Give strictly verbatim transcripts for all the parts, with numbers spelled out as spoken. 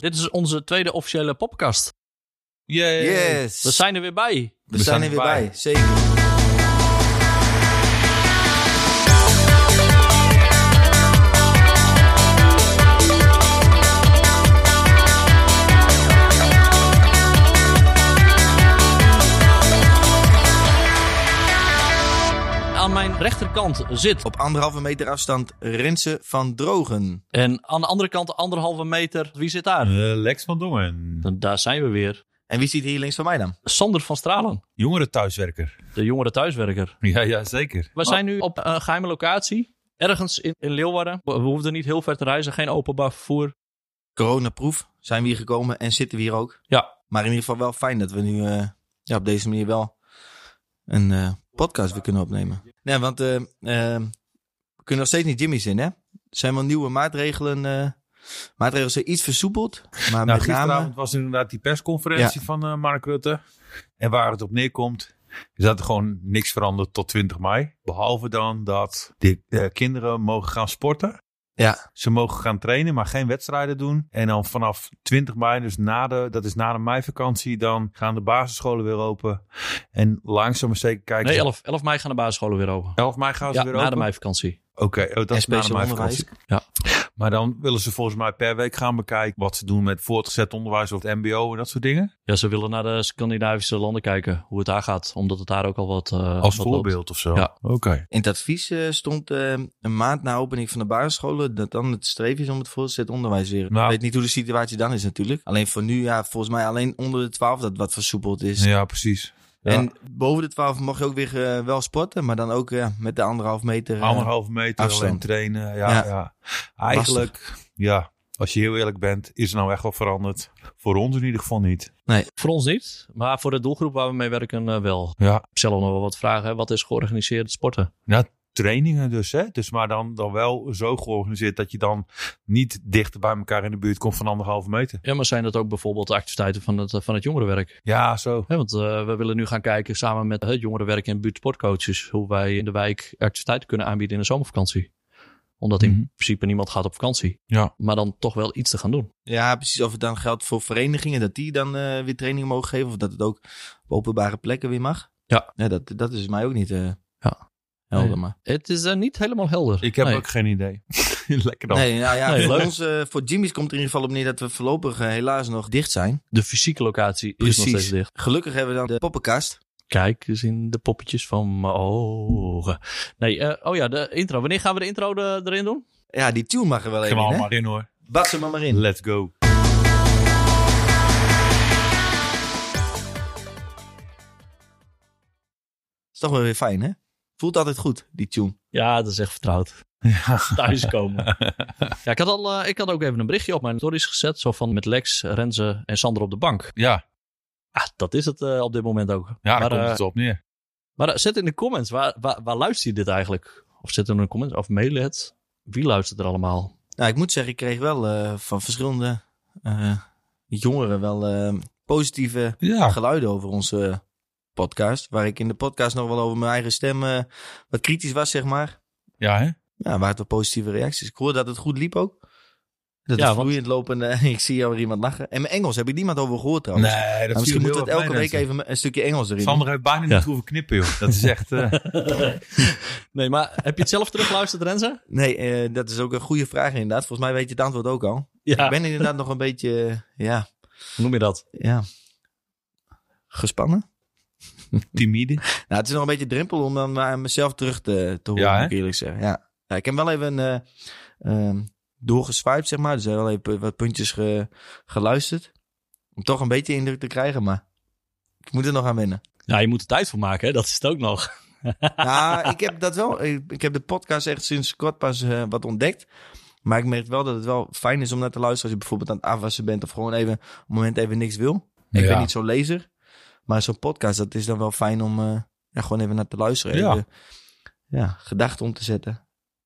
Dit is onze tweede officiële podcast. Yay. Yes. We zijn er weer bij. We, We zijn, zijn er weer erbij. bij, zeker. Aan mijn rechterkant zit. Op anderhalve meter afstand Renze van Drogen. En aan de andere kant, anderhalve meter. Wie zit daar? Uh, Lex van Dongen. Dan, daar zijn we weer. En wie zit hier links van mij dan? Sander van Stralen. Jongere thuiswerker. De jongere thuiswerker. Ja, ja, zeker. We zijn nu op een geheime locatie. Ergens in, in Leeuwarden. We, we hoefden niet heel ver te reizen. Geen openbaar vervoer. Coronaproef zijn we hier gekomen en zitten we hier ook. Ja. Maar in ieder geval wel fijn dat we nu uh, ja, op deze manier wel een uh, podcast weer kunnen opnemen. Nee, want uh, uh, we kunnen nog steeds niet Jimmy's in, hè? Er zijn wel nieuwe maatregelen. Uh, maatregelen zijn iets versoepeld. Maar Nou, met gisteravond name... was inderdaad die persconferentie Ja. van uh, Mark Rutte. En waar het op neerkomt, is dat er gewoon niks verandert tot twintig mei. Behalve dan dat de uh, kinderen mogen gaan sporten. Ja, Ze mogen gaan trainen, maar geen wedstrijden doen. En dan vanaf twintig mei, dus na de, dat is na de meivakantie, dan gaan de basisscholen weer open. En langzaam maar zeker kijken. Nee, elf, elf mei gaan de basisscholen weer open. elf mei gaan ze Ja, weer na open? de meivakantie. Oké, okay, oh, dat en is na de speciaal meivakantie. onderwijs. Ja. Maar dan willen ze volgens mij per week gaan bekijken wat ze doen met voortgezet onderwijs of het mbo en dat soort dingen. Ja, ze willen naar de Scandinavische landen kijken hoe het daar gaat. Omdat het daar ook al wat... Uh, Als wat voorbeeld loopt. of zo? Ja. Oké. Okay. In het advies uh, stond uh, een maand na opening van de basisscholen dat dan het streven is om het voortgezet onderwijs weer. Nou. Ik weet niet hoe de situatie dan is natuurlijk. Alleen voor nu, ja, volgens mij alleen onder de twaalf dat wat versoepeld is. Ja, precies. Ja. En boven de twaalf mag je ook weer uh, wel sporten, maar dan ook uh, met de anderhalf meter. Uh, Anderhalve meter afstand. alleen trainen. Ja, Ja. ja. Eigenlijk, ja, als je heel eerlijk bent, is er nou echt wel veranderd. Voor ons in ieder geval niet. Nee. Voor ons niet, maar voor de doelgroep waar we mee werken uh, wel. Ja. Ik stel nog wel wat vragen. Hè? Wat is georganiseerd sporten? Ja, trainingen dus, hè. Dus maar dan, dan wel zo georganiseerd dat je dan niet dichter bij elkaar in de buurt komt van anderhalve meter. Ja, maar zijn dat ook bijvoorbeeld de activiteiten van het, uh, van het jongerenwerk? Ja, zo. Hè, want uh, we willen nu gaan kijken samen met het jongerenwerk en buurtsportcoaches hoe wij in de wijk activiteiten kunnen aanbieden in de zomervakantie. Omdat in Mm-hmm. principe niemand gaat op vakantie. Ja. Maar dan toch wel iets te gaan doen. Ja, precies. Of het dan geldt voor verenigingen, dat die dan uh, weer trainingen mogen geven. Of dat het ook op openbare plekken weer mag. Ja. ja dat, dat is mij ook niet uh, Ja. helder. Nee. Maar. Het is uh, niet helemaal helder. Ik heb Nee. ook geen idee. Lekker dan. Nee, nou ja, Nee, voor, leuk. ons, uh, voor Jimmy's komt er in ieder geval op neer dat we voorlopig uh, helaas nog dicht zijn. De fysieke locatie is nog steeds dicht. Gelukkig hebben we dan de poppenkast. Kijk eens in de poppetjes van mijn ogen. Nee, uh, oh ja, de intro. Wanneer gaan we de intro de, erin doen? Ja, die tune mag er wel even Knal in, hè? maar in hoor. Bad ze maar maar in. Let's go. Is toch wel weer fijn, hè? Voelt altijd goed, die tune. Ja, dat is echt vertrouwd. Ja. Thuiskomen. Ja, ik had, al, uh, ik had ook even een berichtje op mijn stories gezet. Zo van met Lex, Renze en Sander op de bank. Ja, Ah, dat is het uh, op dit moment ook. ja daar maar, komt uh, het op neer. maar uh, zet in de comments, waar, waar, waar luister je dit eigenlijk? Of zet in de comments, of mail het. Wie luistert er allemaal? Nou, ik moet zeggen, ik kreeg wel uh, van verschillende uh, jongeren wel uh, positieve Ja. geluiden over onze uh, podcast. Waar ik in de podcast nog wel over mijn eigen stem uh, wat kritisch was, zeg maar. Ja, hè? Ja, waren het wel positieve reacties. Ik hoorde dat het goed liep ook. Dat Ja, het want- vloeiend lopen. Uh, ik zie jou er iemand lachen. En mijn Engels heb ik niemand over gehoord trouwens. Nee, dat Maar viel misschien heel moeten we erg het elke mee, week mensen. even een stukje Engels erin. Sander heeft bijna Ja. niet hoeven knippen, joh. Dat is echt... Uh... Nee, maar heb je het zelf teruggeluisterd, Renze? Nee, uh, dat is ook een goede vraag inderdaad. Volgens mij weet je het antwoord ook al. Ja. Ik ben inderdaad nog een beetje, uh, ja, Hoe noem je dat? ja, gespannen. timide. Nou, het is nog een beetje drempel om dan maar mezelf terug te, te horen, Ja, hè? moet ik eerlijk zeggen. Ja. Ja, ik heb wel even uh, um, doorgeswiped, zeg maar. Dus wel even wat puntjes ge, geluisterd. Om toch een beetje indruk te krijgen, maar ik moet er nog aan wennen. Ja, je moet er tijd voor maken, hè? Dat is het ook nog. Nou, ik heb dat wel. Ik, ik heb de podcast echt sinds kort pas uh, wat ontdekt. Maar ik merk wel dat het wel fijn is om naar te luisteren als je bijvoorbeeld aan het afwassen bent of gewoon even op het moment even niks wil. Ik Ja. ben niet zo'n lezer. Maar zo'n podcast, dat is dan wel fijn om uh, ja, gewoon even naar te luisteren. Ja. Even ja, gedachten om te zetten.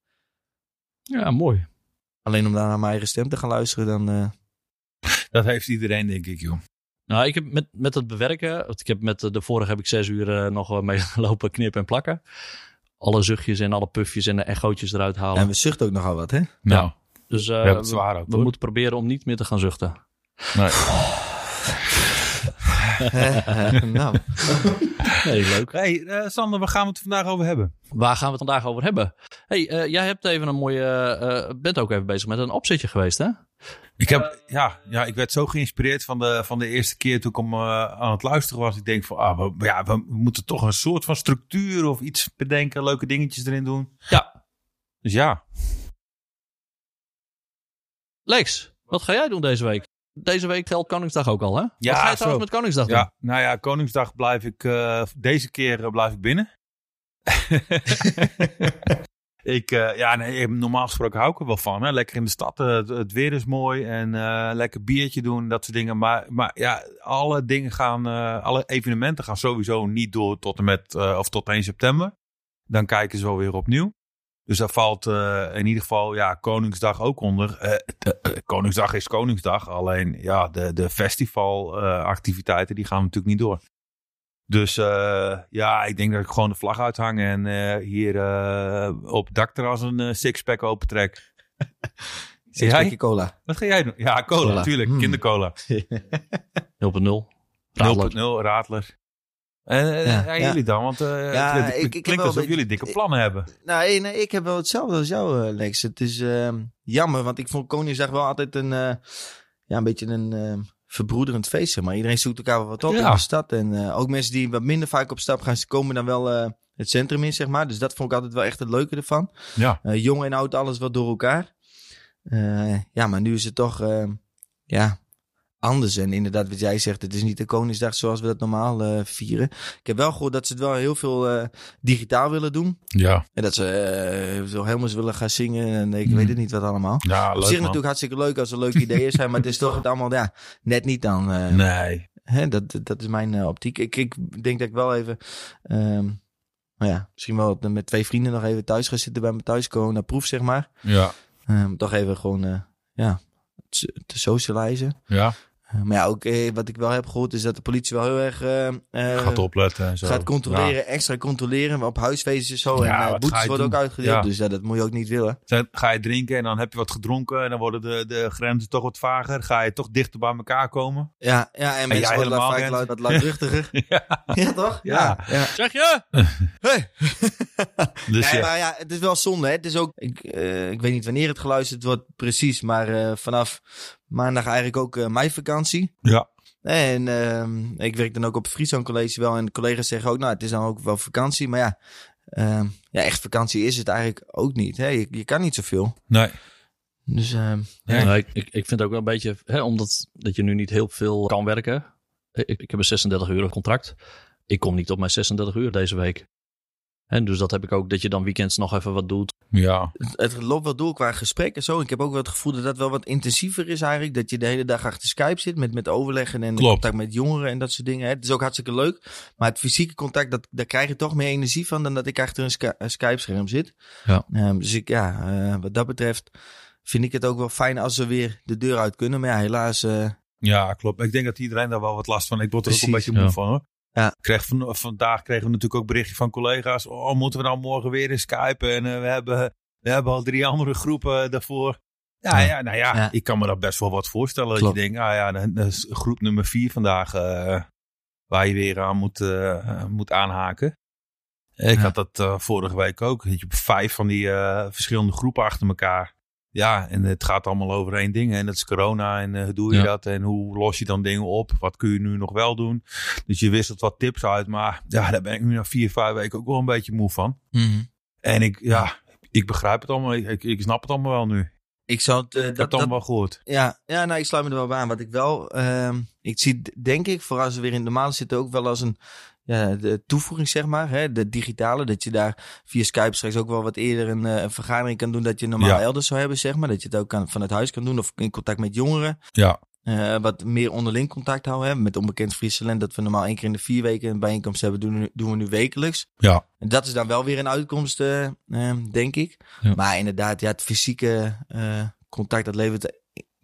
Ja, mooi. Alleen om daar naar mijn eigen stem te gaan luisteren, dan... Uh... Dat heeft iedereen, denk ik, joh. Nou, ik heb met, met het bewerken... Want ik heb met de vorige heb ik zes uur uh, nog mee lopen knippen en plakken. Alle zuchtjes en alle puffjes en de echootjes eruit halen. En we zuchten ook nogal wat, hè? Nou, Dus uh, we hebben het zwaar ook, we hoor. moeten proberen om niet meer te gaan zuchten. Nee. nou. Nee, leuk. Hey, uh, Sander, waar gaan we het vandaag over hebben? Waar gaan we het vandaag over hebben? Hey, uh, jij hebt even een mooie... Uh, bent ook even bezig met een opzetje geweest, hè? Ik, heb, ja, ja, ik werd zo geïnspireerd van de, van de eerste keer toen ik hem uh, aan het luisteren was. Ik denk van, ah, we, ja, we moeten toch een soort van structuur of iets bedenken. Leuke dingetjes erin doen. Ja. Dus ja. Lex, wat ga jij doen deze week? Deze week geldt Koningsdag ook al, hè? Ja, wat ga je zo. trouwens met Koningsdag doen? Ja, nou ja, Koningsdag blijf ik... Uh, deze keer uh, blijf ik binnen. ik, uh, ja, nee, normaal gesproken hou ik er wel van. Hè? Lekker in de stad, uh, het, het weer is mooi. En uh, lekker biertje doen, dat soort dingen. Maar, maar ja, alle dingen gaan... Uh, alle evenementen gaan sowieso niet door tot en met... Uh, of tot één september. Dan kijken ze wel weer opnieuw. Dus daar valt uh, in ieder geval ja, Koningsdag ook onder. Uh, de, uh, Koningsdag is Koningsdag. Alleen ja, de, de festivalactiviteiten uh, die gaan natuurlijk niet door. Dus uh, ja, ik denk dat ik gewoon de vlag uithang. En uh, hier uh, op het dakterras een uh, sixpack opentrek. Sixpackje cola. Wat ga jij doen? Ja, cola, cola. natuurlijk. Mm. Kindercola. nul punt nul. nul punt nul, Radler. En uh, ja, ja, jullie dan? Want uh, ja, het, het, het ik, klinkt ik alsof beetje, jullie dikke plannen hebben. Nou, nee, ik heb wel hetzelfde als jou, Lex. Het is uh, jammer, want ik vond Koningsdag wel altijd een, uh, ja, een beetje een uh, verbroederend feest. Zeg maar. Iedereen zoekt elkaar wel wat op ja. in de stad. En uh, ook mensen die wat minder vaak op stap gaan, ze komen dan wel uh, het centrum in, zeg maar. Dus dat vond ik altijd wel echt het leuke ervan. Ja. Uh, jong en oud, alles wat door elkaar. Uh, ja, maar nu is het toch... Uh, ja... anders. En inderdaad, wat jij zegt, het is niet de Koningsdag zoals we dat normaal uh, vieren. Ik heb wel gehoord dat ze het wel heel veel uh, digitaal willen doen. Ja. En dat ze uh, zo helemaal willen gaan zingen. En ik mm. weet het niet wat allemaal. Ja, leuk, op zich man. Natuurlijk hartstikke leuk als er leuke ideeën zijn. Maar het is toch het allemaal ja, net niet dan. Uh, nee. Hè, dat, dat is mijn uh, optiek. Ik, ik denk dat ik wel even... Um, nou ja, misschien wel met twee vrienden nog even thuis gaan zitten bij mijn thuiscorona-proef, zeg maar. Ja. Um, toch even gewoon uh, ja, te, te socializen. Ja. Uh, maar ja, ook eh, wat ik wel heb gehoord is dat de politie wel heel erg... Uh, uh, gaat opletten en zo. Gaat controleren, ja. extra controleren. Op huisfeestjes en zo. Ja, en uh, boetes worden doen? ook uitgedeeld. Ja. Dus ja, dat moet je ook niet willen. Zet, ga je drinken en dan heb je wat gedronken. En dan worden de, de grenzen toch wat vager. Ga je toch dichter bij elkaar komen. Ja, ja en, en mensen worden vaak bent. luid, wat luidruchtiger. ja. ja, toch? Ja. ja. ja. Zeg je? Hey. dus nee, ja. maar ja, het is wel zonde. Hè? Het is ook... Ik, uh, ik weet niet wanneer het geluisterd wordt precies. Maar uh, vanaf maandag eigenlijk ook uh, meivakantie. Ja. En uh, ik werk dan ook op het Friesland College wel. En de collega's zeggen ook, nou, het is dan ook wel vakantie. Maar ja, uh, ja echt vakantie is het eigenlijk ook niet. Hè? Je, je kan niet zoveel. Nee. Dus, uh, ja. Nee, ik, ik vind het ook wel een beetje, hè, omdat dat je nu niet heel veel kan werken. Ik, ik heb een zesendertig uur contract. Ik kom niet op mijn zesendertig uur deze week. En dus dat heb ik ook, dat je dan weekends nog even wat doet. Ja. Het, het loopt wel door qua gesprek en zo. Ik heb ook wel het gevoel dat dat wel wat intensiever is eigenlijk. Dat je de hele dag achter Skype zit met, met overleggen en Klopt. contact met jongeren en dat soort dingen. Het is ook hartstikke leuk. Maar het fysieke contact, dat, daar krijg je toch meer energie van dan dat ik achter een, Sky, een Skype-scherm zit. Ja. Um, dus ik, ja, uh, wat dat betreft vind ik het ook wel fijn als we weer de deur uit kunnen. Maar ja, helaas... Uh, ja, klopt. Ik denk dat iedereen daar wel wat last van. Ik word er Precies, ook een beetje moe ja. van, hoor. Ja. Kreeg van, vandaag kregen we natuurlijk ook berichtje van collega's. Oh, moeten we nou morgen weer in Skype? En uh, we, hebben, we hebben al drie andere groepen daarvoor. Ja, ja. ja nou ja, ja, ik kan me daar best wel wat voorstellen. Klopt. Dat je denkt, ah ja, dat is groep nummer vier vandaag uh, waar je weer aan moet, uh, moet aanhaken. Ik ja. had dat uh, vorige week ook. Je hebt vijf van die uh, verschillende groepen achter elkaar. Ja, en het gaat allemaal over één ding. En dat is corona. En uh, hoe doe je ja. dat? En hoe los je dan dingen op? Wat kun je nu nog wel doen? Dus je wisselt wat tips uit. Maar ja, daar ben ik nu na vier, vijf weken ook wel een beetje moe van. Mm-hmm. En ik, ja, ik begrijp het allemaal. Ik, ik snap het allemaal wel nu. Ik zou het... Uh, ik dat, heb het allemaal dat, wel gehoord. Ja, ja, nou, ik sluit me er wel bij aan. Wat ik wel... Uh, ik zie, denk ik, voor als we weer in de maand zitten, ook wel als een... Ja, de toevoeging, zeg maar, hè, de digitale, dat je daar via Skype straks ook wel wat eerder een, een vergadering kan doen dat je normaal ja. elders zou hebben, zeg maar. Dat je het ook kan, vanuit huis kan doen of in contact met jongeren. Ja. Uh, wat meer onderling contact houden, hè, met Onbekend Friesland. Dat we normaal één keer in de vier weken een bijeenkomst hebben, doen, doen we nu wekelijks. Ja. En dat is dan wel weer een uitkomst, uh, uh, denk ik. Ja. Maar inderdaad, ja, het fysieke uh, contact, dat levert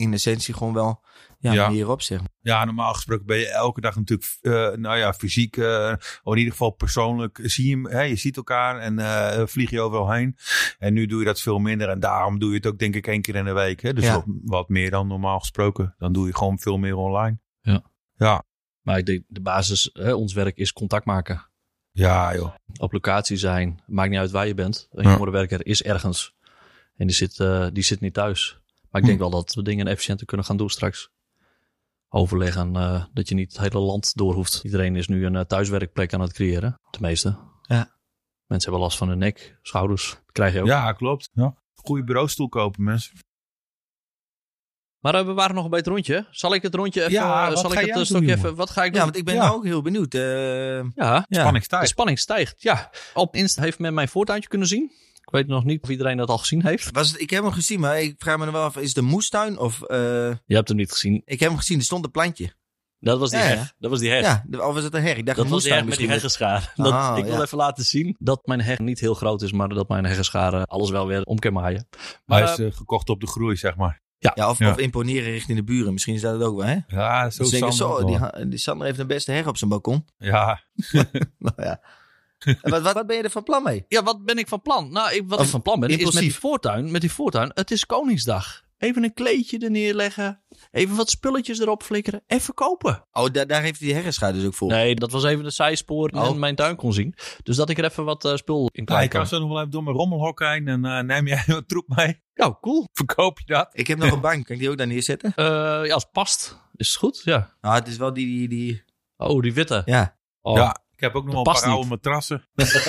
in essentie gewoon wel ja, Ja. meer op, zeg maar. Ja, normaal gesproken ben je elke dag natuurlijk, uh, nou ja, fysiek, uh, of in ieder geval persoonlijk, zie je, hè, je ziet elkaar en uh, vlieg je overal heen. En nu doe je dat veel minder en daarom doe je het ook denk ik één keer in de week. Hè? Dus Ja. wat, wat meer dan normaal gesproken. Dan doe je gewoon veel meer online. Ja. Ja, Maar ik denk, de basis, hè, ons werk is contact maken. ja joh. Op locatie zijn. Maakt niet uit waar je bent. Een Ja. jongerenwerker is ergens. En die zit, uh, die zit niet thuis. Maar ik denk Hm. wel dat we dingen efficiënter kunnen gaan doen straks. Overleggen uh, dat je niet het hele land door hoeft. Iedereen is nu een uh, thuiswerkplek aan het creëren. De meeste. Ja. Mensen hebben last van hun nek, schouders. Dat krijg je ook. Ja, klopt. Ja. Goede bureaustoel kopen mensen. Maar uh, we waren nog een beter rondje. Zal ik het rondje even... Ja, uh, wat zal ga ik jij het uh, doen, stokje jongen? even... Wat ga ik doen? Ja, want ik ben Ja. nou ook heel benieuwd. Uh, Ja, ja. Spanning de stijgt. spanning stijgt. Ja, op Insta heeft men mijn voortuintje kunnen zien. Ik weet nog niet of iedereen dat al gezien heeft. was het, ik heb hem gezien, maar ik vraag me dan wel af, is het een moestuin? Of, uh, Je hebt hem niet gezien. ik heb hem gezien, er stond een plantje. Dat was die Ja, ja. heg. Dat was die heg. Ja, de- of was het een her? Ik dacht Dat een was die heg moestuin met die misschien. heggenschaar. Dat, Ah, ik wil ja. even laten zien dat mijn heg niet heel groot is, maar dat mijn heggenschaar uh, alles wel weer om kan maaien. Maar Hij is uh, uh, gekocht op de groei, zeg maar. Ja, of, Ja. of imponeren richting de buren. Misschien is dat het ook wel, hè? Ja, zo Dus denken, Sander zo, ook die, wel. ha- die Sander heeft een beste her op zijn balkon. Ja, Nou ja. En wat, wat, wat ben je er van plan mee? ja, wat ben ik van plan? Nou, ik, wat Of ik van plan ben, is met die impulsief. voortuin. Met die voortuin. Het is Koningsdag. Even een kleedje er neerleggen. Even wat spulletjes erop flikkeren. En verkopen. Oh, da- daar heeft hij die herrenschaar dus ook voor. Nee, dat was even de zijspoor Oh. en mijn tuin kon zien. Dus dat ik er even wat uh, spul in ja kwijt ik kan. kan zo nog wel even door mijn rommelhok heen en uh, neem jij wat troep mee. Ja, cool. Verkoop je dat? Ik heb nog een bank. Kan ik die ook daar neerzetten? Uh, ja, als het past. Is het goed? Ja. Nou, het is wel die... die, die Oh, die witte. ja. Oh. Ja, ik heb ook nog wel Dat een paar past oude matrassen.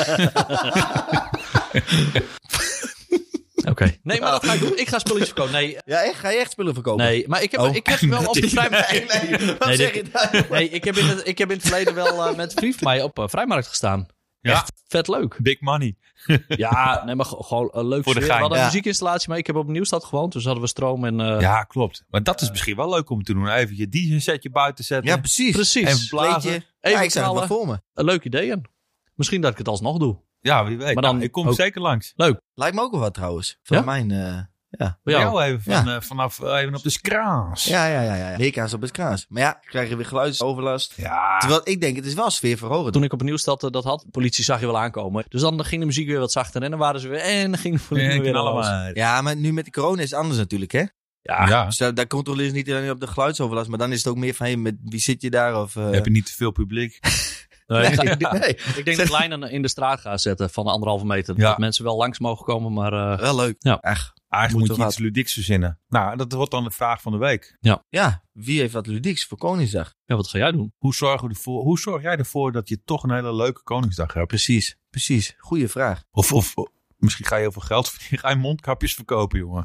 Oké. Nee, maar dat ga ik doen. Ik ga spulletjes verkopen. Nee, ja, echt? Ga je echt spullen verkopen? nee, maar ik heb, Oh. ik heb wel op de vrij... Nee, nee. Wat Nee, zeg dit- je daar? Nee, ik heb in het, ik heb in het verleden wel uh, met een vriend van mij op uh, Vrijmarkt gestaan. Ja. Echt vet leuk. Big money. Ja, nee, maar ge- gewoon een leuk Voor de sfeer. We gein. hadden een Ja. muziekinstallatie, maar ik heb op Nieuwstad gewoond. Dus hadden we stroom en... uh, Ja, klopt. Maar dat is misschien wel leuk om te doen. Even je D J-setje buiten zetten. Ja, precies. Precies. En blazen. Kleedje. Even Ja, ik zag het wel knallen. voor me. Een leuk idee. En misschien dat ik het alsnog doe. Ja, wie weet. Maar dan Nou, ik kom ook- zeker langs. Lijkt me ook wel wat trouwens. Van Ja? mijn... uh, ja. Bij jou? Jou even van, uh, vanaf uh, even op de skraans. Ja, ja, ja, ja. Meerkaas op het kraas. Maar ja, krijg je weer geluidsoverlast. Ja. Terwijl ik denk, het is wel sfeerverhogend. Toen ik op Nieuwstad uh, dat had, de politie zag je wel aankomen. Dus dan ging de muziek weer wat zachter en dan waren ze weer... En dan ging de politie Ja, weer knallen los. maar. Ja, maar nu met de corona is het anders natuurlijk, hè? Ja, Ja. Dus daar, daar controleren ze niet alleen op de geluidsoverlast. Maar dan is het ook meer van, hey, met wie zit je daar? Of, uh... Heb je niet te veel publiek? nee, ik, Nee, ga- nee. ik denk dat ik lijnen in de straat ga zetten van de anderhalve meter. Ja. Dat mensen wel langs mogen komen, maar... uh, Wel leuk. Ja. Echt. Eigenlijk Moet moet je toch iets ludieks verzinnen. Nou, dat wordt dan de vraag van de week. Ja, wie heeft wat ludieks voor Koningsdag? ja, wat ga jij doen? Hoe zorg, we ervoor, hoe zorg jij ervoor dat je toch een hele leuke Koningsdag hebt? Precies, precies. Goeie vraag. Of, of misschien ga je heel veel geld verdienen. Ga je mondkapjes verkopen, jongen.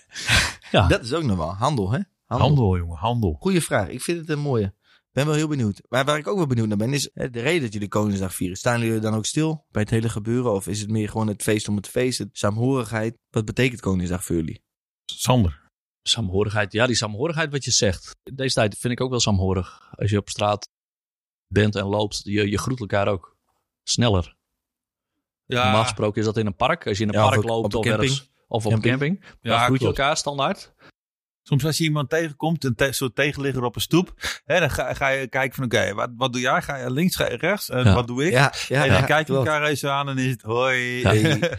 Ja. Dat is ook nog wel. Handel, hè? Handel, jongen. Handel. Goeie vraag. Ik vind het een mooie. Ben wel heel benieuwd. Maar waar ik ook wel benieuwd naar ben, is hè, de reden dat jullie Koningsdag vieren. Staan jullie dan ook stil bij het hele gebeuren? Of is het meer gewoon het feest om het feest? Het saamhorigheid? Wat betekent Koningsdag voor jullie? Sander. Saamhorigheid. Ja, die saamhorigheid wat je zegt. Deze tijd vind ik ook wel saamhorig. Als je op straat bent en loopt, je, je groet elkaar ook sneller. Normaal gesproken is dat in een park. Als je in een Ja, of park ook loopt op een of camping. ergens. Of op een Camping. camping. Ja, Dan groet je klopt. elkaar standaard. Soms als je iemand tegenkomt, een te- soort tegenligger op een stoep. Hè, dan ga, ga je kijken van oké, wat, wat doe jij? Ga je links, ga je rechts? En Ja. wat doe ik? Ja, ja, en dan ja, kijk je klopt. elkaar eens aan en is het hoi. Ja. Hey.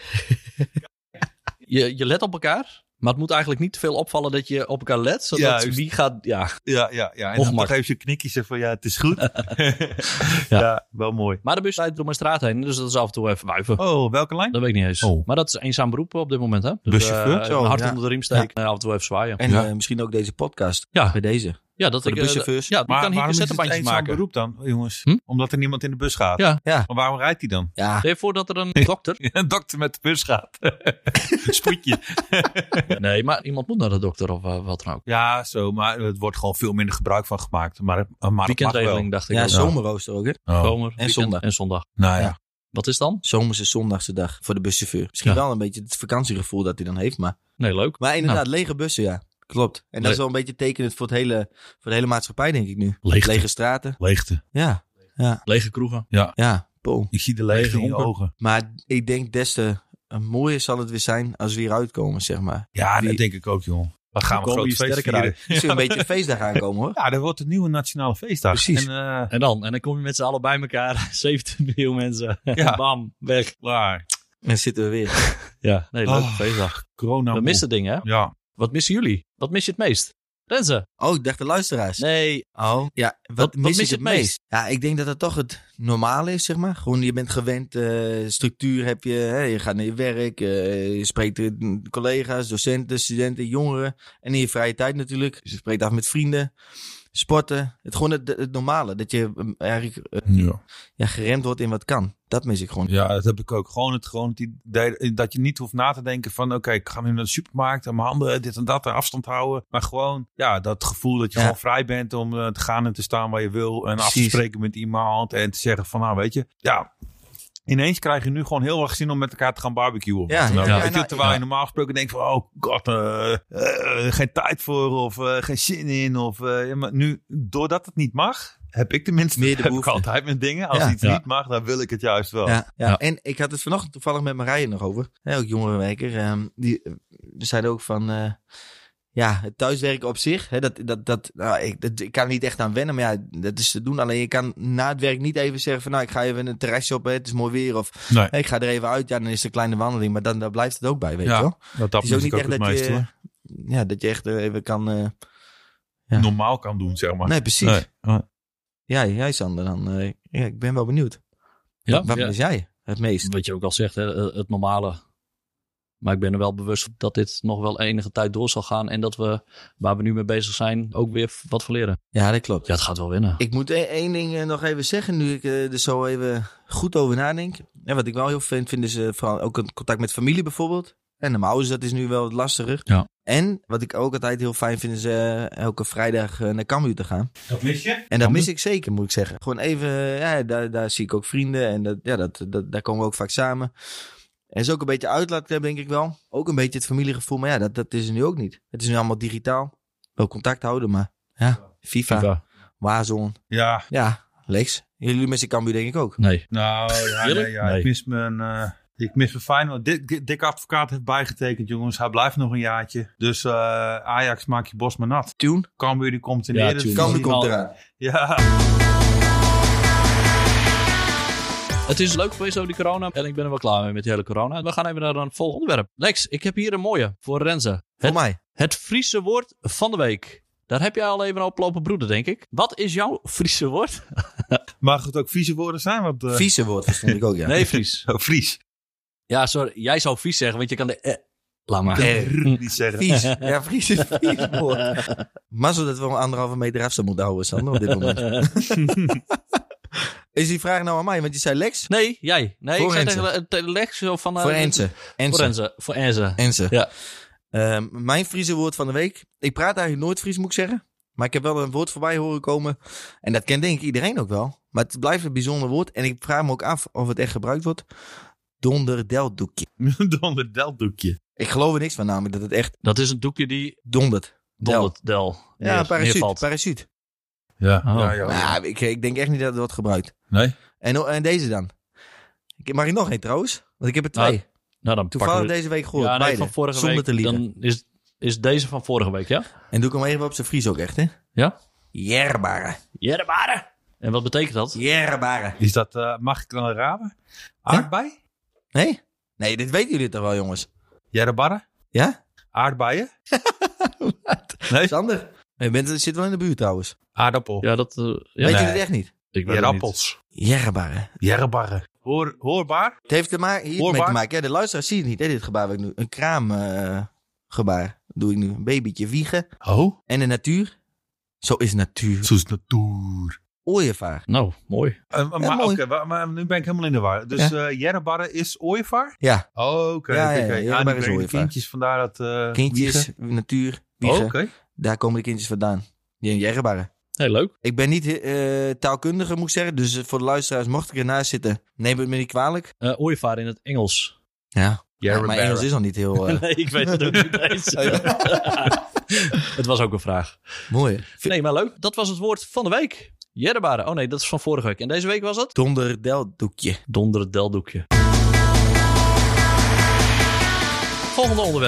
Je, je let op elkaar. Maar het moet eigenlijk niet te veel opvallen dat je op elkaar let. Zodat Juist. wie gaat... Ja. Ja, ja, ja. En Ongemak. dan geef je een knikje zo van ja, het is goed. Ja. ja. wel mooi. Maar de bus rijdt door mijn straat heen. Dus dat is af en toe even wuiven. Oh, welke lijn? Dat weet ik niet eens. Oh. Maar dat is eenzaam beroep op dit moment, hè? Dus, Buschauffeur? eh, Zo, een hart ja. onder de riem steken en af en toe even zwaaien. En Ja. eh, misschien ook deze podcast. Ja. Bij deze. Ja, dat Voor ik... de eh, buschauffeurs. Ja, die Maar kan hier waarom is het cassettebandjes eenzaam maken. beroep dan, jongens? Hm? Omdat er niemand in de bus gaat. Ja. Ja. Maar waarom rijdt hij dan? Ja. Stel je voor dat er een dokter... Een dokter met de bus gaat. Spoedje. Nee, maar iemand moet naar de dokter of uh, wat dan ook. Ja, zo. Maar het wordt gewoon veel minder gebruik van gemaakt. Maar, het- maar het mag Weekendregeling wel. dacht ik Ja, ook. zomerrooster ook, hè? Oh. Zomer, weekend zondag. En zondag. Nou ja. Ja. Wat is dan? Zomers is zondagse dag voor de buschauffeur. Misschien Ja. wel een beetje het vakantiegevoel dat hij dan heeft, maar... Nee, leuk. Maar inderdaad, lege bussen, ja. Klopt. En dat Le- is wel een beetje tekenend voor, het hele, voor de hele maatschappij, denk ik nu. Leegte. Lege straten. Leegte. Ja, Lege kroegen. ja, boom. Ik zie de leegte Lege in je honken. ogen. Maar ik denk des te eh, mooier zal het weer zijn als we hier uitkomen, zeg maar. Ja, Wie- dat denk ik ook, joh. Dan gaan we groot feest vieren. Er is een beetje een feestdag aankomen hoor. Ja, dat wordt een nieuwe nationale feestdag. Precies. En, uh, en dan? En dan kom je met z'n allen bij elkaar. zeventien miljoen mensen. Ja. Bam, weg. Klaar. En dan zitten we weer. Ja, nee, leuke oh, feestdag. Corona. We missen dingen, hè? Ja. Wat missen jullie? Wat mis je het meest? Renze. Oh, ik dacht de luisteraars. Nee. Oh, ja. Wat, wat, mis, wat mis je je het meest? meest? Ja, ik denk dat het toch het normale is, zeg maar. Gewoon, je bent gewend, uh, structuur heb je. Hè? Je gaat naar je werk, uh, je spreekt collega's, docenten, studenten, jongeren. En in je vrije tijd natuurlijk. Je spreekt af met vrienden. Sporten. Het gewoon het, het normale. Dat je um, eigenlijk uh, ja. Ja, geremd wordt in wat kan. Dat mis ik gewoon. Ja, dat heb ik ook. Gewoon het, gewoon het idee dat je niet hoeft na te denken van... Oké, okay, ik ga nu naar de supermarkt. Aan mijn handen dit en dat. Afstand houden. Maar gewoon ja, dat gevoel dat je ja. gewoon vrij bent om uh, te gaan en te staan waar je wil. En Precies. af te spreken met iemand. En te zeggen van nou weet je... Ja, ineens krijg je nu gewoon heel erg zin om met elkaar te gaan barbecuen. Ja, nou, ja, weet je, terwijl ja. je normaal gesproken denkt van... Oh god, uh, uh, geen tijd voor of uh, geen zin in. Of, uh, ja, maar nu, doordat het niet mag... Heb ik tenminste meer de heb ik altijd met dingen. Als ja. iets ja. niet mag, dan wil ik het juist wel. Ja, ja. ja. En ik had het vanochtend toevallig met Marije nog over. Hè, ook jongerenwerker. Um, die uh, zeiden ook van... Uh, ja, het thuiswerken op zich. Hè, dat, dat, dat, nou, ik, dat, ik kan er niet echt aan wennen. Maar ja, dat is te doen. Alleen je kan na het werk niet even zeggen van... Nou, ik ga even een terrasje op. Hè, het is mooi weer. Of nee. hey, ik ga er even uit. Ja, dan is het een kleine wandeling. Maar dan daar blijft het ook bij, weet ja, je wel. Dat, dat het is ook niet ook echt dat meeste, je... Ja, dat je echt even kan... Uh, ja. Normaal kan doen, zeg maar. Nee, precies. Nee. Uh. Ja, jij Sander, dan, uh, ja, ik ben wel benieuwd. Ja, Wat ja. is jij het meest? Wat je ook al zegt, hè, het normale. Maar ik ben er wel bewust dat dit nog wel enige tijd door zal gaan. En dat we, waar we nu mee bezig zijn, ook weer wat van leren. Ja, dat klopt. Ja, het gaat wel winnen. Ik moet één ding uh, nog even zeggen, nu ik uh, er zo even goed over nadenk. En wat ik wel heel fijn vind, is uh, vooral ook een contact met familie bijvoorbeeld. En de ouders, dat is nu wel wat lastiger. Ja. En wat ik ook altijd heel fijn vind, is uh, elke vrijdag uh, naar Cambuur te gaan. Dat mis je? En dat Cambuur? mis ik zeker, moet ik zeggen. Gewoon even, ja, daar, daar zie ik ook vrienden. En dat, ja, dat, dat, daar komen we ook vaak samen. En is ook een beetje uitlaatklep, denk ik wel. Ook een beetje het familiegevoel. Maar ja, dat, dat is er nu ook niet. Het is nu allemaal digitaal. Wel contact houden, maar ja, FIFA, FIFA. Warzone. Ja. Ja, Lex. Jullie missen Cambuur denk ik ook. Nee. Nou, ja, nee, ja. Nee. Ik mis mijn... Uh... Ik mis me fijn, want Dick, Dick Advocaat heeft bijgetekend, jongens. Hij blijft nog een jaartje. Dus uh, Ajax maak je bos maar nat. Tune. Cambuur die komt in ja, de Cambuur komt eraan. Ja. Het is leuk geweest over die corona. En ik ben er wel klaar mee met die hele corona. We gaan even naar een volgend onderwerp. Lex, ik heb hier een mooie voor Renze. Voor het, mij. Het Friese woord van de week. Daar heb jij al even op lopen broeden, denk ik. Wat is jouw Friese woord? Mag het ook Friese woorden zijn? Want, uh... Friese woord, verstond ik ook, ja. Nee, Fries. Oh, Fries. Ja, sorry. Jij zou Fries zeggen, want je kan de... Eh, laat maar. Eh, niet zeggen. Fries. Ja, Fries is Fries woord. Maar zodat we een anderhalve meter afstand moeten houden, Sander, op dit moment. Is die vraag nou aan mij? Want je zei Lex? Nee, jij. Nee, voor ik zei Enze. tegen Lex zo van... Uh, voor Enze. Voor Enze. Voor Enze. Enze. Ja. Uh, mijn Friese woord van de week. Ik praat eigenlijk nooit Fries, moet ik zeggen. Maar ik heb wel een woord voorbij horen komen. En dat kent denk ik iedereen ook wel. Maar het blijft een bijzonder woord. En ik vraag me ook af of het echt gebruikt wordt. Donderdeldoekje. Donderdeldoekje. Ik geloof er niks van namelijk dat het echt... Dat is een doekje die... Dondert. Dondert. Del. Ja, parachute. Parachute. Ja. Oh. ja, ja, ja. ja ik, ik denk echt niet dat het wordt gebruikt. Nee? En, en deze dan? Ik, mag ik nog één trouwens? Want ik heb er twee. Nou, nou dan toevallig we... deze week gehoord. Ja, nee, beide, van vorige zonder week. te liegen. Dan is, is deze van vorige week, ja? En doe ik hem even op zijn Fries ook echt, hè? Ja? Jerbare. Jerbare. En wat betekent dat? Jerbare. Is dat, uh, mag ik dan raden? Aardbei? Nee? Nee, dit weten jullie toch wel, jongens? Jerbare? Ja? Aardbeien? Wat? Nee? Sander? Je bent, zit wel in de buurt trouwens. Aardappel. Ja, dat... Uh, ja. Weet nee. je het echt niet? Ik weet Jerappels. Jerbare. Jerbare. Hoor, hoorbaar? Het heeft er maar hier hoorbaar? mee te maken. Ja, de luisteraars zien het niet, hè, dit gebaar wat ik nu. Een kraam uh, gebaar doe ik nu. Een babytje wiegen. Oh? En de natuur. Zo is natuur. Zo is natuur. Ooievaar. Nou, mooi. Uh, ja, maar mooi. Oké, okay, maar nu ben ik helemaal in de war. Dus ja. uh, Jerbare is ooievaar? Ja. Oh, oké. Ja, okay, ja, okay. ja, ja, is ooievaar. Kindjes, vandaar dat uh, kindjes, wiegen. natuur, wiegen. Oh, oké. Okay. Daar komen de kindjes vandaan. Die Jerbare. Heel leuk. Ik ben niet uh, taalkundige, moet ik zeggen. Dus uh, voor de luisteraars, mocht ik ernaast zitten, neem het me niet kwalijk. Uh, ooievaar in het Engels. Ja. Ja, mijn Engels is al niet heel... Uh... nee, ik weet het ook niet eens. Het was ook een vraag. Mooi. Nee, maar leuk. Dat was het woord van de week. Jerbare. Oh nee, dat is van vorige week. En deze week was het? Donderdeldoekje. Donderdeldoekje. Volgende onderwerp.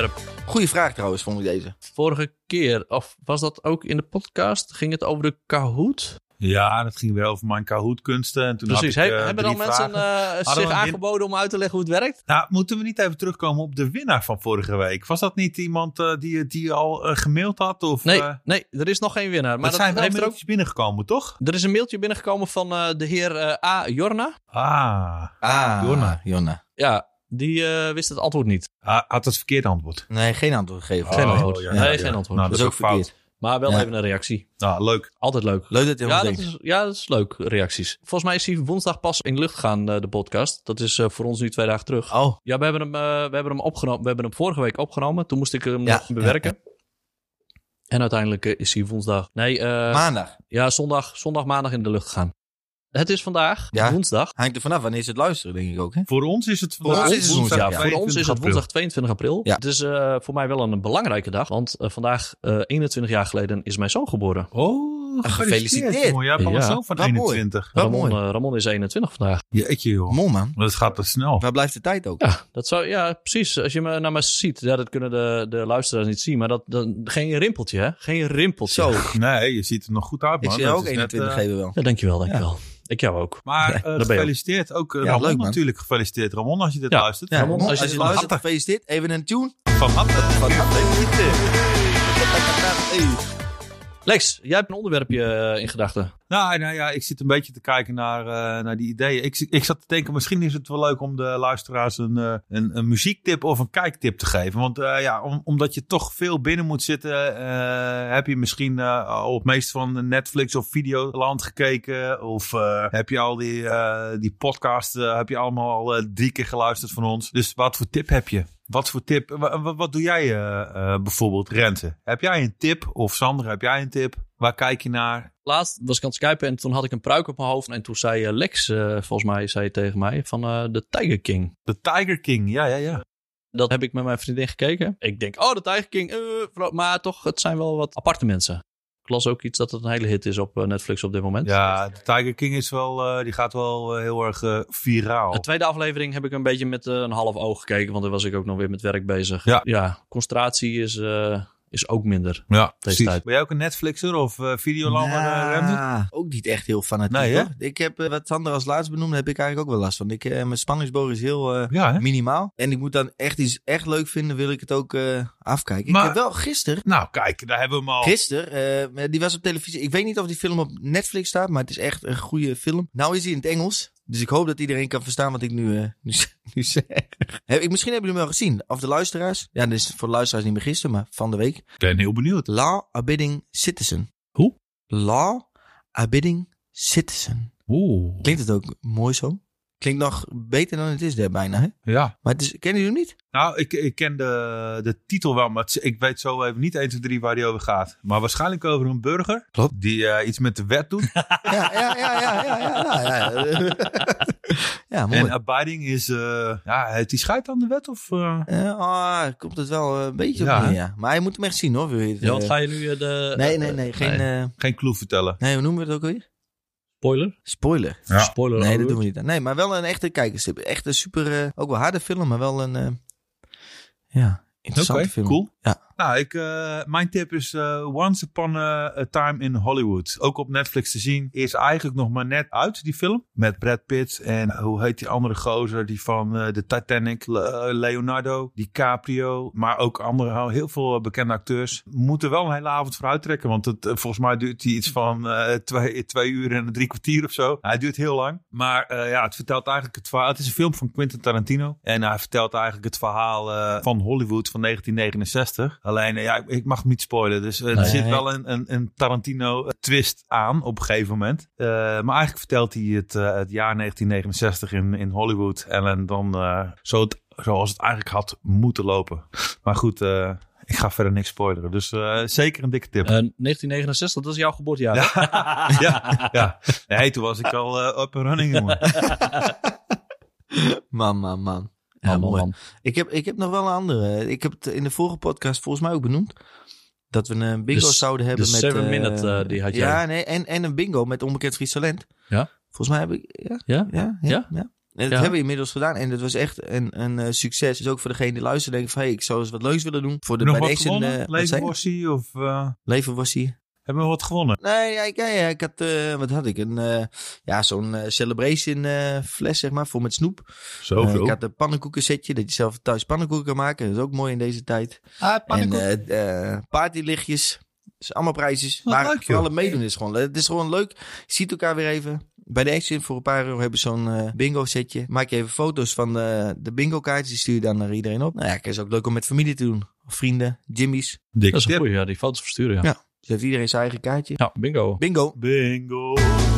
Goeie vraag trouwens, vond ik deze. Vorige keer, of was dat ook in de podcast, ging het over de Kahoot? Ja, dat ging weer over mijn Kahoot-kunsten. En toen Precies. had ik, uh, He, hebben dan mensen uh, zich aangeboden om uit te leggen hoe het werkt? Nou, moeten we niet even terugkomen op de winnaar van vorige week? Was dat niet iemand uh, die, die al uh, gemaild had? Of, nee, uh... nee, er is nog geen winnaar. Maar dat dat zijn wel heeft mailtjes er ook... binnengekomen, toch? Er is een mailtje binnengekomen van uh, de heer uh, A. Jorna. Ah, ah Jorna. Jorna. Ja, die uh, wist het antwoord niet. Ah, had het verkeerde antwoord? Nee, geen antwoord gegeven. Oh, geen antwoord. Ja, nee, ja, geen ja. antwoord. Nou, dat, dat is ook fout. Verkeerd. Maar wel ja. even een reactie. Nou, leuk. Altijd leuk. Leuk dat je ja, dat is, ja, dat is leuk, reacties. Volgens mij is die woensdag pas in de lucht gegaan, uh, de podcast. Dat is uh, voor ons nu twee dagen terug. Oh. Ja, we hebben hem, uh, we hebben hem opgenomen. We hebben hem vorige week opgenomen. Toen moest ik hem ja, nog bewerken. Ja, ja. En uiteindelijk uh, is hij woensdag... Nee, uh, maandag. Ja, zondag, zondag, maandag in de lucht gegaan. Het is vandaag, ja. woensdag. Hangt er vanaf wanneer ze het luisteren, denk ik ook. Hè? Voor ons is het vandaag voor ons is het woensdag, ja. Ja. Voor ons is het woensdag tweeëntwintig april. Ja. Het is uh, voor mij wel een belangrijke dag. Want uh, vandaag, uh, eenentwintig jaar geleden, is mijn zoon geboren. Oh, gefeliciteerd. Gefeliciteerd. Jij hebt al een zoon van eenentwintig. Ramon, uh, Ramon is eenentwintig vandaag. Jeetje joh. Mooi man. Dat gaat te snel. Waar blijft de tijd ook? Ja, dat zou, ja, precies. Als je me naar me ziet, ja, dat kunnen de, de luisteraars niet zien. Maar dat, dat, geen rimpeltje, hè? Geen rimpeltje. Zo. Nee, je ziet er nog goed uit, man. Ik zie ook eenentwintig net, uh... geven wel. Ja, dankjewel, dankjewel. Ja. Ik jou ook. Maar uh, gefeliciteerd. Ook uh, ja, Ramon leuk, natuurlijk. Gefeliciteerd, Ramon, als je dit ja. luistert. Ja, Ramon, als je, als je dit luistert, gefeliciteerd. Even een tune. Van harte. Van harte. Lex, jij hebt een onderwerpje uh, in gedachten. Nou, nou ja, ik zit een beetje te kijken naar, uh, naar die ideeën. Ik, ik zat te denken, misschien is het wel leuk om de luisteraars een, uh, een, een muziektip of een kijktip te geven. Want uh, ja, om, omdat je toch veel binnen moet zitten, uh, heb je misschien uh, al het meest van Netflix of Videoland gekeken. Of uh, heb je al die, uh, die podcast, uh, heb je allemaal al uh, drie keer geluisterd van ons. Dus wat voor tip heb je? Wat voor tip? Wat, wat doe jij uh, uh, bijvoorbeeld, Rente? Heb jij een tip? Of Sander, heb jij een tip? Waar kijk je naar? Laatst was ik aan het skypen en toen had ik een pruik op mijn hoofd. En toen zei uh, Lex, uh, volgens mij, zei tegen mij van uh, de Tiger King. De Tiger King, ja, ja, ja. Dat heb ik met mijn vriendin gekeken. Ik denk, oh, de Tiger King. Uh, maar toch, het zijn wel wat aparte mensen. Ik las ook iets dat het een hele hit is op Netflix op dit moment. Ja, de Tiger King is wel, uh, die gaat wel uh, heel erg uh, viraal. De tweede aflevering heb ik een beetje met uh, een half oog gekeken. Want dan was ik ook nog weer met werk bezig. Ja, ja concentratie is... Uh, is ook minder. Ja, deze tijd. Ben jij ook een Netflixer of uh, Videoland? Ja, ook niet echt heel fanatiek. Nee, hoor. Ik heb, uh, wat Sander als laatst benoemde, heb ik eigenlijk ook wel last van. Ik, uh, mijn spanningsboog is heel uh, ja, minimaal. En ik moet dan echt iets echt leuk vinden, wil ik het ook uh, afkijken. Maar, ik heb wel gisteren... Nou, kijk, daar hebben we hem al. Gisteren, uh, die was op televisie. Ik weet niet of die film op Netflix staat, maar het is echt een goede film. Nou is hij in het Engels. Dus ik hoop dat iedereen kan verstaan wat ik nu, uh, nu, nu zeg. Heb, ik, misschien hebben jullie hem wel gezien. Of de luisteraars. Ja, dat is voor de luisteraars niet meer gisteren, maar van de week. Ik ben heel benieuwd. Law Abiding Citizen. Hoe? Law Abiding Citizen. Oeh. Klinkt het ook mooi zo? Klinkt nog beter dan het is daar bijna, hè? Ja. Maar het is, kennen jullie hem niet? Nou, ik, ik ken de, de titel wel, maar het, ik weet zo even niet één, twee, drie waar die over gaat. Maar waarschijnlijk over een burger. Klopt. Die uh, iets met de wet doet. ja, ja, ja, ja, ja, ja, ja, ja. ja, mooi. En abiding is, uh, ja, heeft die scheidt aan de wet of? Uh... Uh, oh, komt het wel een beetje ja, op neer, ja. Maar je moet hem echt zien, hoor. Wil je het, ja, want ga je nu uh, de... Nee, nee, nee. Geen, nee. Uh... geen clue vertellen. Nee, hoe noemen we het ook alweer? Spoiler? Spoiler. Ja. Spoiler. Nee, dat doen we niet. Nee, maar wel een echte kijkerstip. Echt een super, uh, ook wel harde film, maar wel een, uh, ja, interessante okay, film. Cool. Ja. Nou, ik, uh, mijn tip is uh, Once Upon a, a Time in Hollywood. Ook op Netflix te zien. Is eigenlijk nog maar net uit, die film. Met Brad Pitt en hoe heet die andere gozer? Die van uh, de Titanic. Le- Leonardo DiCaprio. Maar ook andere, heel veel bekende acteurs. Moeten wel een hele avond vooruit trekken. Want het, uh, volgens mij duurt hij iets van uh, twee, twee uur en drie kwartier of zo. Hij duurt heel lang. Maar uh, ja, het vertelt eigenlijk het verhaal. Het is een film van Quentin Tarantino. En hij vertelt eigenlijk het verhaal uh, van Hollywood van negentien negenenzestig. Alleen, ja, ik mag hem niet spoilen. Dus uh, er nee, zit nee. wel een, een, een Tarantino-twist aan op een gegeven moment. Uh, maar eigenlijk vertelt hij het, uh, het jaar negentien negenenzestig in, in Hollywood. En dan uh, zo het, zoals het eigenlijk had moeten lopen. Maar goed, uh, ik ga verder niks spoileren. Dus uh, zeker een dikke tip. Uh, negentien negenenzestig, dat is jouw geboortejaar. Ja, ja, ja. Nee, toen was ik al uh, up and running, jongen. Man, man, man. Ja, Ja, man, mooi. man. Ik heb, ik heb nog wel een andere. Ik heb het in de vorige podcast volgens mij ook benoemd. Dat we een bingo De- zouden hebben de met... seven uh, minute, uh, die had jij. Ja, nee, en, en een bingo met onbekend Fries talent. Ja? Volgens mij heb ik... Ja? Ja? Ja? Ja? ja. En dat ja. hebben we inmiddels gedaan. En dat was echt een, een uh, succes. Dus ook voor degene die luistert, denken van... Hey, ik zou eens wat leuks willen doen. Voor de, Nog bij wat deze, gewonnen? Uh, Levenworsie of... Uh... Levenworsie. Hebben we wat gewonnen? Nee, ja, ik, ja, ik had... Uh, wat had ik? Een, uh, ja, zo'n uh, celebration uh, fles, zeg maar. Vol met snoep. Zo, uh, ik had een pannenkoekensetje. Dat je zelf thuis pannenkoeken kan maken. Dat is ook mooi in deze tijd. Ah, pannenkoeken. En uh, uh, partylichtjes. Dus allemaal prijsjes. Maar leuk, voor alle meedoen is gewoon... Het is gewoon leuk. Je ziet elkaar weer even... Bij de Action voor een paar euro hebben ze zo'n uh, bingo setje. Maak je even foto's van uh, de bingo kaartjes. Die stuur je dan naar iedereen op. Nou ja, het is ook leuk om met familie te doen. Of vrienden, Jimmy's. Dik dat is een goeie, ja. Die foto's versturen, ja. Ja, dus heeft iedereen zijn eigen kaartje. Ja, bingo. Bingo. Bingo.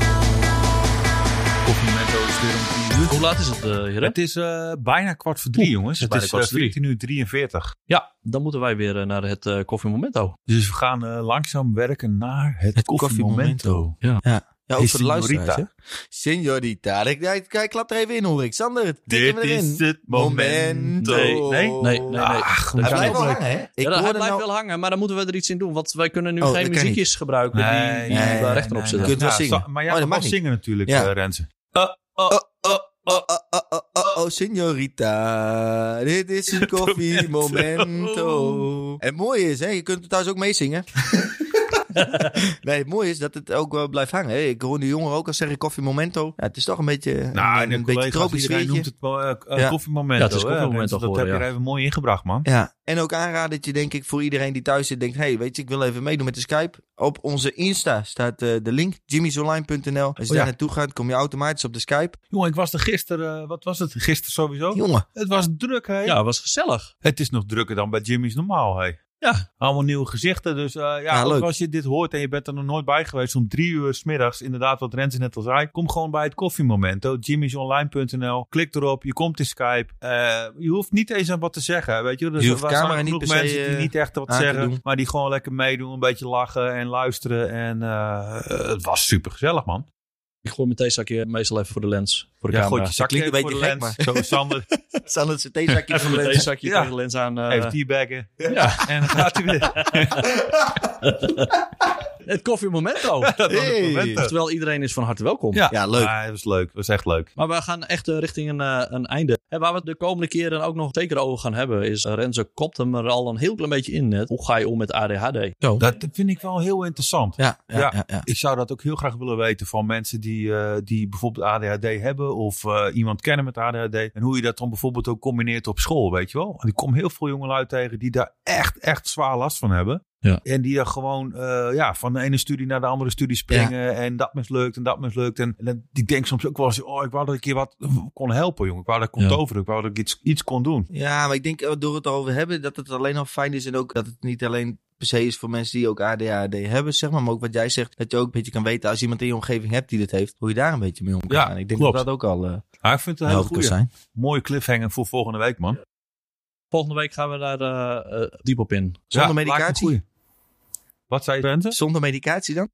Koffiemomento is weer om drie uur. Hoe laat is het, uh, heren? Het is uh, bijna kwart voor drie, jongens. Het, het is uh, veertien uur drieënveertig. Ja, dan moeten wij weer uh, naar het uh, koffiemomento. Dus we gaan uh, langzaam werken naar het, het koffiemomento. Ja. ja. Ja, ook hey, voor de luisteraars, hè? Señorita. Ik, ik klap er even in, hoor ik. Sander, dit is erin. Het momento. Nee, nee, nee. nee, nee. Ach, hij blijft wel hangen, hè? Ik ja, hij blijft nou... wel hangen, maar dan moeten we er iets in doen. Want wij kunnen nu oh, geen muziekjes niet. gebruiken nee, die, die nee, daar rechterop nee, zitten. Je kunt wel zingen. Ja, maar jij oh, mag wel zingen natuurlijk, ja. uh, Renze. Oh, oh, oh, oh, oh, oh, oh, oh, oh, señorita. Dit is het koffiemomento. En het mooie is, hè, je kunt het thuis ook meezingen. Nee, het mooie is dat het ook wel blijft hangen. Hè. Ik hoor de jongeren ook al zeggen koffiemomento. Ja, het is toch een beetje nou, een, een beetje tropisch sfeertje. Noemt het wel uh, uh, ja. koffiemomento. Ja, het is koffiemomento. Dat heb je er even mooi ingebracht, man. Ja, en ook aanradertje denk ik voor iedereen die thuis zit. Denkt, hey, weet je, ik wil even meedoen met de Skype. Op onze Insta staat uh, de link, jimmy's online punt n l. Als je oh, daar ja. naartoe gaat, kom je automatisch op de Skype. Jongen, ik was er gisteren, uh, wat was het? Gisteren sowieso. Jongen. Het was druk, hè? Ja, het was gezellig. Het is nog drukker dan bij Jimmy's normaal, hè? Ja. Allemaal nieuwe gezichten. Dus uh, ja, ja ook als je dit hoort en je bent er nog nooit bij geweest. Om drie uur 's middags, inderdaad wat Renze net al zei. Kom gewoon bij het koffiemomento. jimmy's online punt n l. Klik erop. Je komt in Skype. Uh, je hoeft niet eens aan wat te zeggen. Weet je, dus je hoeft er camera niet per se mensen die niet echt wat zeggen. Doen. Maar die gewoon lekker meedoen. Een beetje lachen en luisteren. En uh, het was super gezellig, man. Ik gooi mijn theezakje meestal even voor de lens. Voor de ja, camera. Gooit je zakje een beetje voor de gek, lens. Zo Sander. Sander zijn theezakje voor de lens. theezakje ja. tegen de lens aan. Uh... Even teabaggen. Ja. En dan gaat hij weer. Het koffiemomento. Dat was hey. het momento. Terwijl iedereen is van harte welkom. Ja, ja leuk. Ja, het was leuk. Het was echt leuk. Maar we gaan echt uh, richting een, uh, een einde. En waar we het de komende keren ook nog zeker over gaan hebben is... Uh, Renze kopt hem er al een heel klein beetje in net. Hoe ga je om met A D H D? Zo. Dat vind ik wel heel interessant. Ja, ja, ja. ja, ja. Ik zou dat ook heel graag willen weten van mensen die, uh, die bijvoorbeeld A D H D hebben. Of uh, iemand kennen met A D H D. En hoe je dat dan bijvoorbeeld ook combineert op school, weet je wel. En ik kom heel veel jongelui tegen die daar echt, echt zwaar last van hebben. Ja. En die er gewoon uh, ja, van de ene studie naar de andere studie springen. Ja. En dat mislukt en dat mislukt. En, en ik denk soms ook wel eens, oh, ik wou dat ik hier wat kon helpen, jongen. Ik wou dat ik kon ja. toveren. Ik wou dat ik iets, iets kon doen. Ja, maar ik denk door het erover hebben dat het alleen al fijn is. En ook dat het niet alleen per se is voor mensen die ook A D H D hebben, zeg maar. Maar ook wat jij zegt, dat je ook een beetje kan weten als je iemand in je omgeving hebt die dit heeft, hoe je daar een beetje mee om kan ja, gaan. Ik denk klopt. dat dat ook al uh, ja, ik vind het een heel goede zijn. Mooie cliffhanger voor volgende week, man. Volgende week gaan we daar uh, uh, diep op in. Zonder ja, medicatie? Wat zei je, Bente? Zonder medicatie dan?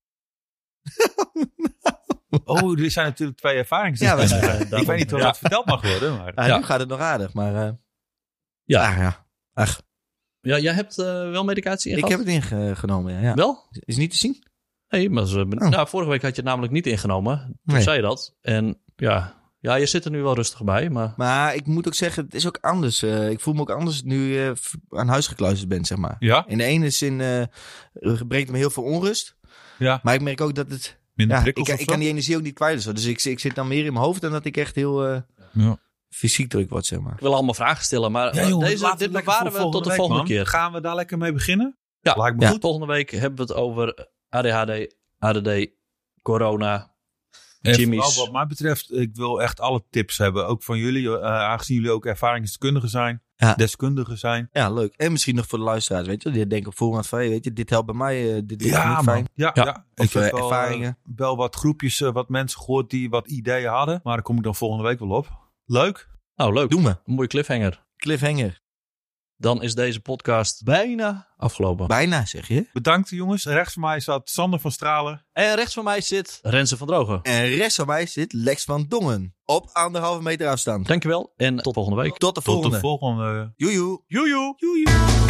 Oh, er zijn natuurlijk twee ervaringen. Ja, ik weet niet of ja. dat verteld mag worden. Maar... Ah, ja. Nu gaat het nog aardig, maar... Uh... Ja. Ah, ja. Ach. Ja, jij hebt uh, wel medicatie ingehad? Ik heb het ingenomen, ja. ja. Wel? Is niet te zien? Nee, maar ze, oh. nou, vorige week had je het namelijk niet ingenomen. Toen nee. zei je dat. En ja... Ja, je zit er nu wel rustig bij, maar... Maar ik moet ook zeggen, het is ook anders. Uh, ik voel me ook anders nu je uh, aan huis gekluisterd bent, zeg maar. Ja? In de ene zin uh, brengt me heel veel onrust. Ja. Maar ik merk ook dat het... Minder ja, prikkels ik, ik kan die energie ook niet kwijt. Zo. Dus ik, ik zit dan meer in mijn hoofd dan dat ik echt heel uh, ja. fysiek druk word, zeg maar. Ik wil allemaal vragen stellen, maar ja, jongen, deze, dit bewaren we tot de week, volgende man. keer. Gaan we daar lekker mee beginnen? Ja, lijkt me ja. goed. Volgende week hebben we het over A D H D, A D D, corona... En vooral wat mij betreft, ik wil echt alle tips hebben. Ook van jullie, uh, aangezien jullie ook ervaringsdeskundigen zijn. Ja. Deskundigen zijn. Ja, leuk. En misschien nog voor de luisteraars, weet je. Die denken op voorhand van, hey, weet je, dit helpt bij mij. Uh, dit dit ja, vind ik fijn. Ja, ja. ja. Of ik heb uh, ervaringen. Wel, uh, wel wat groepjes, uh, wat mensen gehoord die wat ideeën hadden. Maar daar kom ik dan volgende week wel op. Leuk. Nou, leuk. Doen we. Een mooie cliffhanger. Cliffhanger. Dan is deze podcast bijna afgelopen. Bijna, zeg je? Bedankt, jongens. Rechts van mij zat Sander van Stralen. En rechts van mij zit Renze van Drogen. En rechts van mij zit Lex van Dongen. Op anderhalve meter afstand. Dankjewel en tot volgende week. Tot de volgende. Tot de volgende. Joejoe. Joejoe. Joejoe.